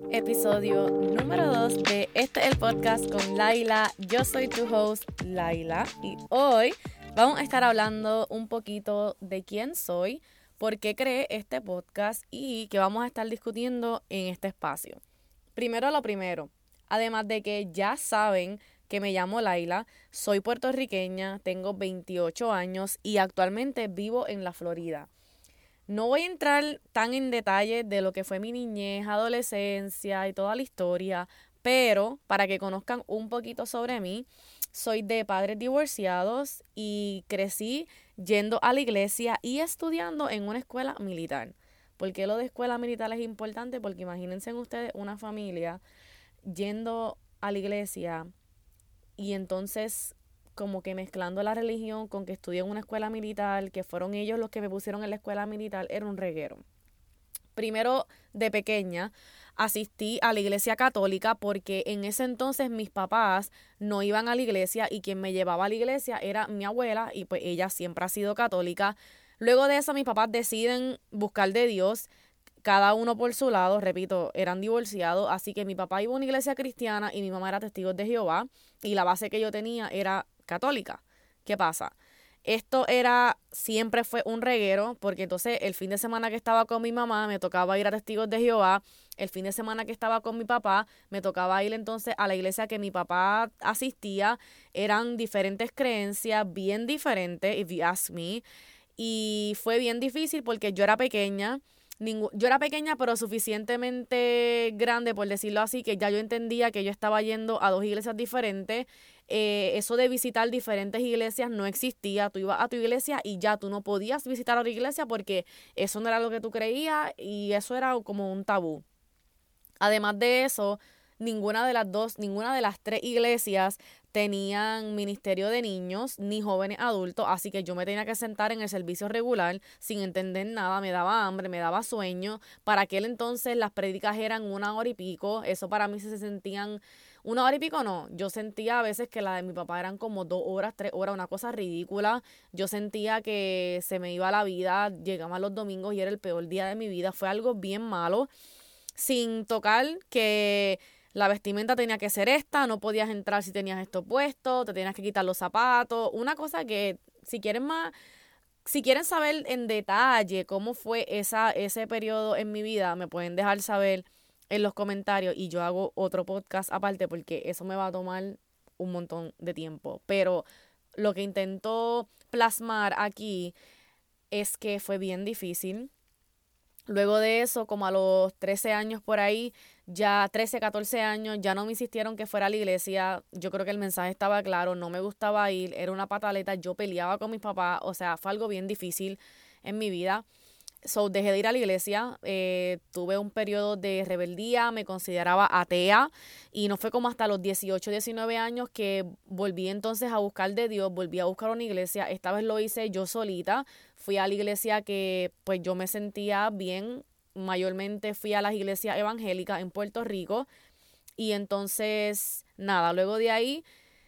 Episodio número 2 de Este es el Podcast con Laila. Yo soy tu host, Laila, y hoy vamos a estar hablando un poquito de quién soy, por qué creé este podcast y qué vamos a estar discutiendo en este espacio. Primero lo primero, además de que ya saben que me llamo Laila, soy puertorriqueña, tengo 28 años y actualmente vivo en la Florida. No voy a entrar tan en detalle de lo que fue mi niñez, adolescencia y toda la historia, pero para que conozcan un poquito sobre mí, soy de padres divorciados y crecí yendo a la iglesia y estudiando en una escuela militar. ¿Por qué lo de escuela militar es importante? Porque imagínense ustedes una familia yendo a la iglesia y entonces como que mezclando la religión con que estudié en una escuela militar, que fueron ellos los que me pusieron en la escuela militar, era un reguero. Primero, de pequeña, asistí a la iglesia católica porque en ese entonces mis papás no iban a la iglesia y quien me llevaba a la iglesia era mi abuela y pues ella siempre ha sido católica. Luego de eso mis papás deciden buscar de Dios, cada uno por su lado, repito, eran divorciados, así que mi papá iba a una iglesia cristiana y mi mamá era testigo de Jehová y la base que yo tenía era católica. ¿Qué pasa? Siempre fue un reguero, porque entonces el fin de semana que estaba con mi mamá me tocaba ir a Testigos de Jehová, el fin de semana que estaba con mi papá me tocaba ir entonces a la iglesia que mi papá asistía, eran diferentes creencias, bien diferentes, if you ask me, y fue bien difícil porque yo era pequeña. Yo era pequeña pero suficientemente grande, por decirlo así, que ya yo entendía que yo estaba yendo a dos iglesias diferentes. Eso de visitar diferentes iglesias no existía. Tú ibas a tu iglesia y ya tú no podías visitar otra iglesia porque eso no era lo que tú creías y eso era como un tabú. Además de eso, ninguna de las tres iglesias tenían ministerio de niños ni jóvenes adultos, así que yo me tenía que sentar en el servicio regular sin entender nada, me daba hambre, me daba sueño. Para aquel entonces las prédicas eran 1 hora y pico, eso para mí se sentían 1 hora y pico, no, yo sentía a veces que la de mi papá eran como 2 horas, 3 horas, una cosa ridícula. Yo sentía que se me iba la vida, llegaban los domingos y era el peor día de mi vida, fue algo bien malo, sin tocar que la vestimenta tenía que ser esta, no podías entrar si tenías esto puesto, te tenías que quitar los zapatos, una cosa que si quieren saber en detalle cómo fue ese periodo en mi vida, me pueden dejar saber en los comentarios y yo hago otro podcast aparte porque eso me va a tomar un montón de tiempo. Pero lo que intento plasmar aquí es que fue bien difícil. Luego de eso, como a los 13 años por ahí, ya 13, 14 años, ya no me insistieron que fuera a la iglesia. Yo creo que el mensaje estaba claro, no me gustaba ir, era una pataleta, yo peleaba con mis papás, o sea, fue algo bien difícil en mi vida. So, dejé de ir a la iglesia, tuve un periodo de rebeldía, me consideraba atea y no fue como hasta los 18, 19 años que volví entonces a buscar de Dios, volví a buscar una iglesia, esta vez lo hice yo solita, fui a la iglesia que pues yo me sentía bien, mayormente fui a las iglesias evangélicas en Puerto Rico y entonces nada, luego de ahí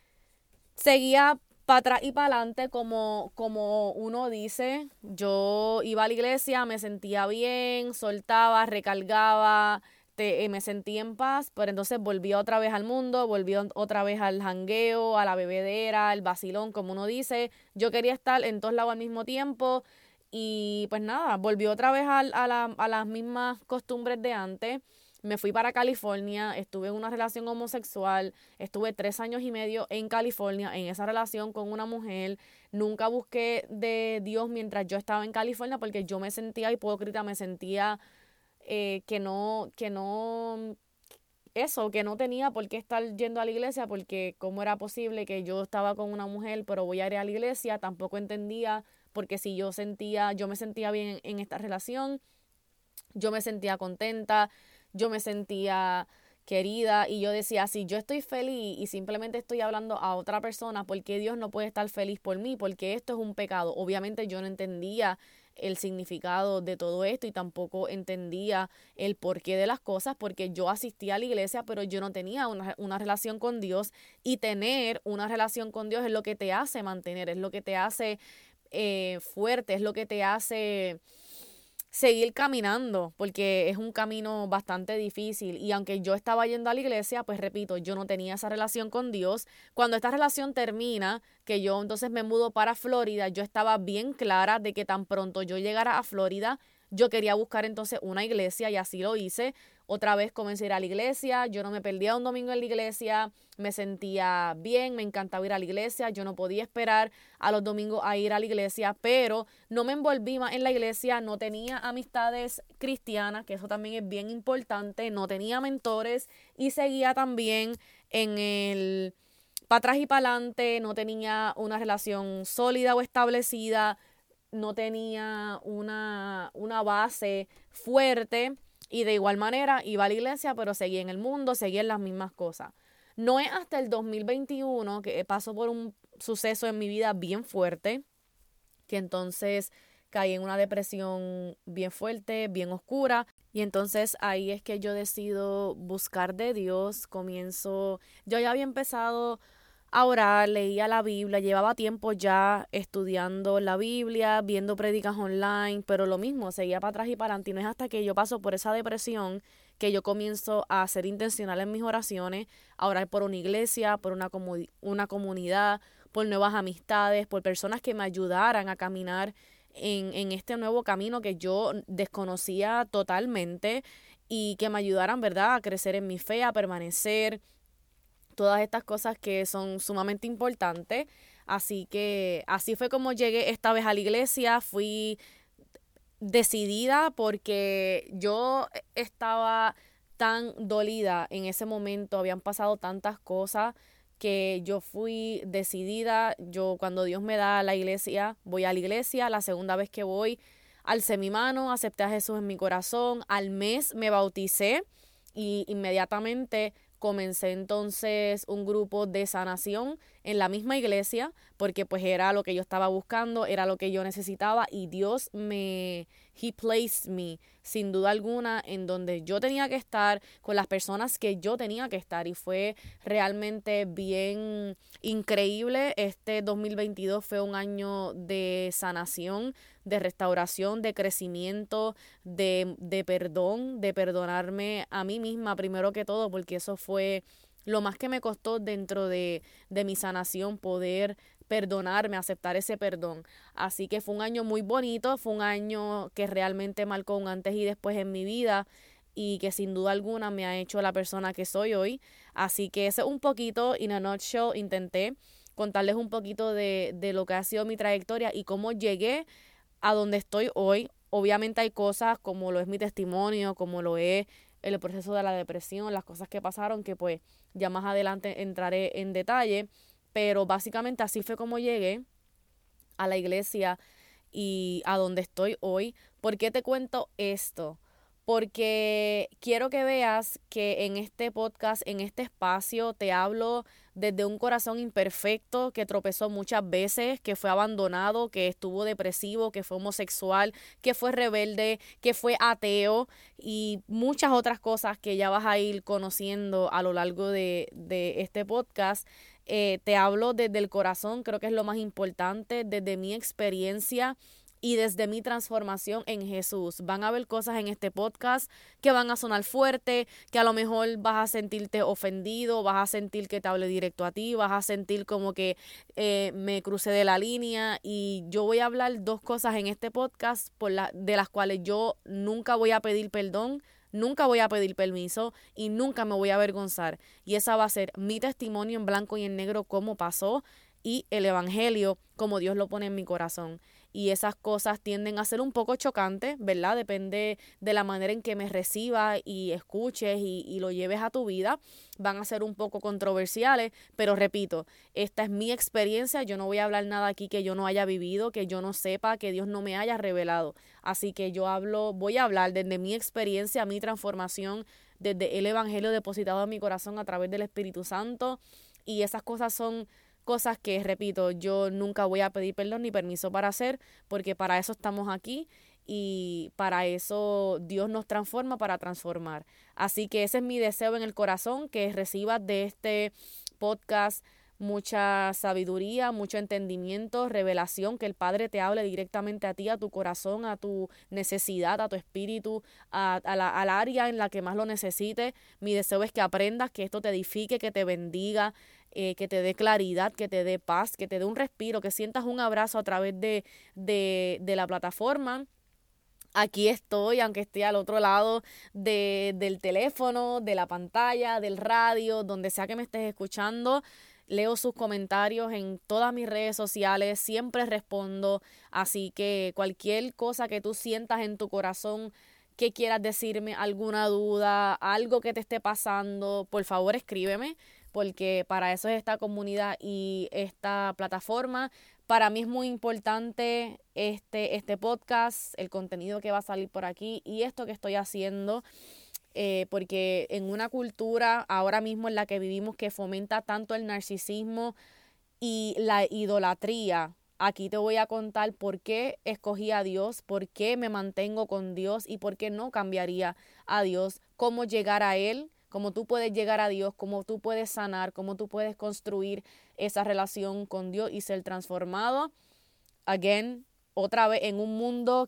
seguía para atrás y para adelante, como uno dice. Yo iba a la iglesia, me sentía bien, soltaba, recargaba, me sentía en paz, pero entonces volví otra vez al mundo, volví otra vez al jangueo, a la bebedera, al vacilón, como uno dice. Yo quería estar en todos lados al mismo tiempo y pues nada, volví otra vez a las mismas costumbres de antes. Me fui para California, estuve en una relación homosexual, estuve 3 años y medio en California, en esa relación con una mujer. Nunca busqué de Dios mientras yo estaba en California porque yo me sentía hipócrita, me sentía que no tenía por qué estar yendo a la iglesia porque cómo era posible que yo estaba con una mujer pero voy a ir a la iglesia, tampoco entendía porque si yo me sentía bien en esta relación, yo me sentía contenta, yo me sentía querida y yo decía, si yo estoy feliz y simplemente estoy hablando a otra persona, ¿por qué Dios no puede estar feliz por mí? Porque esto es un pecado. Obviamente yo no entendía el significado de todo esto y tampoco entendía el porqué de las cosas porque yo asistía a la iglesia pero yo no tenía una relación con Dios y tener una relación con Dios es lo que te hace mantener, es lo que te hace fuerte, es lo que te hace seguir caminando, porque es un camino bastante difícil. Y aunque yo estaba yendo a la iglesia, pues repito, yo no tenía esa relación con Dios. Cuando esta relación termina, que yo entonces me mudo para Florida, yo estaba bien clara de que tan pronto yo llegara a Florida, yo quería buscar entonces una iglesia y así lo hice. Otra vez comencé a ir a la iglesia, yo no me perdía un domingo en la iglesia, me sentía bien, me encantaba ir a la iglesia, yo no podía esperar a los domingos a ir a la iglesia, pero no me envolví más en la iglesia, no tenía amistades cristianas, que eso también es bien importante, no tenía mentores y seguía también en el para atrás y para adelante, no tenía una relación sólida o establecida, no tenía una base fuerte y de igual manera iba a la iglesia, pero seguía en el mundo, seguía en las mismas cosas. No es hasta el 2021 que paso por un suceso en mi vida bien fuerte, que entonces caí en una depresión bien fuerte, bien oscura, y entonces ahí es que yo decido buscar de Dios, yo ya había empezado a orar, leía la Biblia, llevaba tiempo ya estudiando la Biblia, viendo prédicas online, pero lo mismo, seguía para atrás y para adelante. Y no es hasta que yo paso por esa depresión que yo comienzo a ser intencional en mis oraciones, a orar por una iglesia, por una comunidad, por nuevas amistades, por personas que me ayudaran a caminar en este nuevo camino que yo desconocía totalmente y que me ayudaran, ¿verdad?, a crecer en mi fe, a permanecer, todas estas cosas que son sumamente importantes. Así que así fue como llegué esta vez a la iglesia. Fui decidida porque yo estaba tan dolida en ese momento, habían pasado tantas cosas que yo fui decidida. Yo cuando Dios me da a la iglesia, voy a la iglesia. La segunda vez que voy, alcé mi mano, acepté a Jesús en mi corazón. Al mes me bauticé y inmediatamente comencé entonces un grupo de sanación en la misma iglesia, porque pues era lo que yo estaba buscando, era lo que yo necesitaba y He placed me, sin duda alguna, en donde yo tenía que estar, con las personas que yo tenía que estar, y fue realmente bien increíble. Este 2022 fue un año de sanación, de restauración, de crecimiento, de perdón, de perdonarme a mí misma primero que todo, porque eso fue lo más que me costó dentro de mi sanación, poder perdonarme, aceptar ese perdón. Así que fue un año muy bonito, fue un año que realmente marcó un antes y después en mi vida y que sin duda alguna me ha hecho la persona que soy hoy. Así que ese es un poquito, in a nutshell, intenté contarles un poquito de lo que ha sido mi trayectoria y cómo llegué a donde estoy hoy. Obviamente hay cosas como lo es mi testimonio, como lo es el proceso de la depresión, las cosas que pasaron, que pues ya más adelante entraré en detalle, pero básicamente así fue como llegué a la iglesia y a donde estoy hoy. ¿Por qué te cuento esto? Porque quiero que veas que en este podcast, en este espacio, te hablo desde un corazón imperfecto que tropezó muchas veces, que fue abandonado, que estuvo depresivo, que fue homosexual, que fue rebelde, que fue ateo y muchas otras cosas que ya vas a ir conociendo a lo largo de este podcast. Te hablo desde el corazón, creo que es lo más importante, desde mi experiencia y desde mi transformación en Jesús. Van a haber cosas en este podcast que van a sonar fuerte, que a lo mejor vas a sentirte ofendido, vas a sentir que te hable directo a ti, vas a sentir como que me crucé de la línea, y yo voy a hablar dos cosas en este podcast de las cuales yo nunca voy a pedir perdón, nunca voy a pedir permiso y nunca me voy a avergonzar. Y esa va a ser mi testimonio en blanco y en negro, cómo pasó, y el evangelio como Dios lo pone en mi corazón. Y esas cosas tienden a ser un poco chocantes, ¿verdad? Depende de la manera en que me recibas y escuches y lo lleves a tu vida. Van a ser un poco controversiales, pero repito, esta es mi experiencia. Yo no voy a hablar nada aquí que yo no haya vivido, que yo no sepa, que Dios no me haya revelado. Así que voy a hablar desde mi experiencia, mi transformación, desde el evangelio depositado en mi corazón a través del Espíritu Santo. Y esas cosas son cosas que, repito, yo nunca voy a pedir perdón ni permiso para hacer, porque para eso estamos aquí y para eso Dios nos transforma, para transformar. Así que ese es mi deseo en el corazón, que recibas de este podcast mucha sabiduría, mucho entendimiento, revelación, que el Padre te hable directamente a ti, a tu corazón, a tu necesidad, a tu espíritu, al área en la que más lo necesites. Mi deseo es que aprendas, que esto te edifique, que te bendiga, que te dé claridad, que te dé paz, que te dé un respiro, que sientas un abrazo a través de la plataforma. Aquí estoy, aunque esté al otro lado del teléfono, de la pantalla, del radio, donde sea que me estés escuchando. Leo sus comentarios en todas mis redes sociales, siempre respondo. Así que cualquier cosa que tú sientas en tu corazón, que quieras decirme, alguna duda, algo que te esté pasando, por favor escríbeme, porque para eso es esta comunidad y esta plataforma. Para mí es muy importante este podcast, el contenido que va a salir por aquí y esto que estoy haciendo, porque en una cultura ahora mismo en la que vivimos que fomenta tanto el narcisismo y la idolatría, aquí te voy a contar por qué escogí a Dios, por qué me mantengo con Dios y por qué no cambiaría a Dios, cómo llegar a Él, cómo tú puedes llegar a Dios, cómo tú puedes sanar, cómo tú puedes construir esa relación con Dios y ser transformado. Again, otra vez en un mundo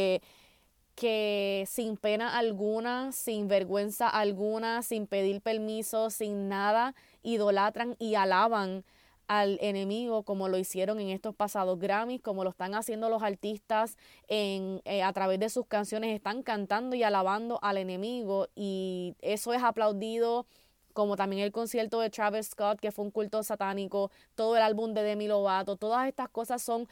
que sin pena alguna, sin vergüenza alguna, sin pedir permiso, sin nada, idolatran y alaban al enemigo como lo hicieron en estos pasados Grammys, como lo están haciendo los artistas a través de sus canciones, están cantando y alabando al enemigo y eso es aplaudido, como también el concierto de Travis Scott, que fue un culto satánico, todo el álbum de Demi Lovato, todas estas cosas son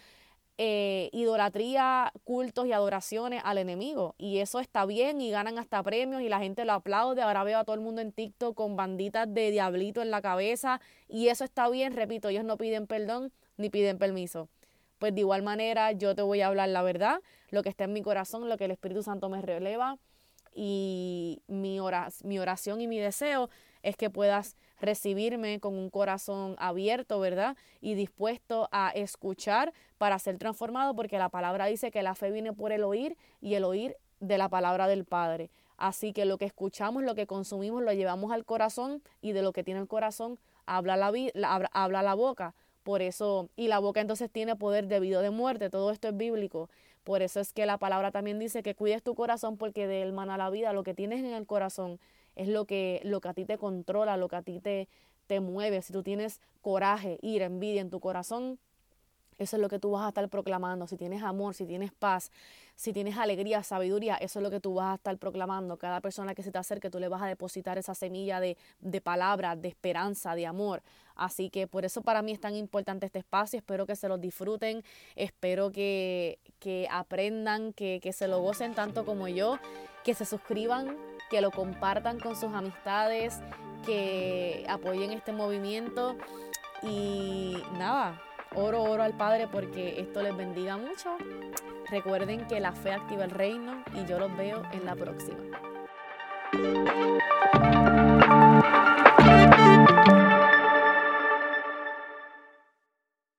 idolatría, cultos y adoraciones al enemigo y eso está bien y ganan hasta premios y la gente lo aplaude. Ahora veo a todo el mundo en TikTok con banditas de diablito en la cabeza y eso está bien, repito, ellos no piden perdón ni piden permiso. Pues de igual manera yo te voy a hablar la verdad, lo que está en mi corazón, lo que el Espíritu Santo me releva y mi oración y mi deseo es que puedas recibirme con un corazón abierto, ¿verdad? Y dispuesto a escuchar para ser transformado, porque la palabra dice que la fe viene por el oír y el oír de la palabra del Padre. Así que lo que escuchamos, lo que consumimos, lo llevamos al corazón y de lo que tiene el corazón habla la boca. Por eso, y la boca entonces tiene poder de vida o de muerte, todo esto es bíblico. Por eso es que la palabra también dice que cuides tu corazón porque de él mana la vida. Lo que tienes en el corazón es lo que a ti te controla, lo que a ti te mueve. Si tú tienes coraje, ira, envidia en tu corazón, eso es lo que tú vas a estar proclamando. Si tienes amor, si tienes paz, si tienes alegría, sabiduría, eso es lo que tú vas a estar proclamando. Cada persona que se te acerque, tú le vas a depositar esa semilla de palabra, de esperanza, de amor. Así que por eso para mí es tan importante este espacio. Espero que se los disfruten, espero que aprendan, que se lo gocen tanto como yo, que se suscriban, que lo compartan con sus amistades, que apoyen este movimiento y nada. Oro al Padre porque esto les bendiga mucho. Recuerden que la fe activa el reino y yo los veo en la próxima.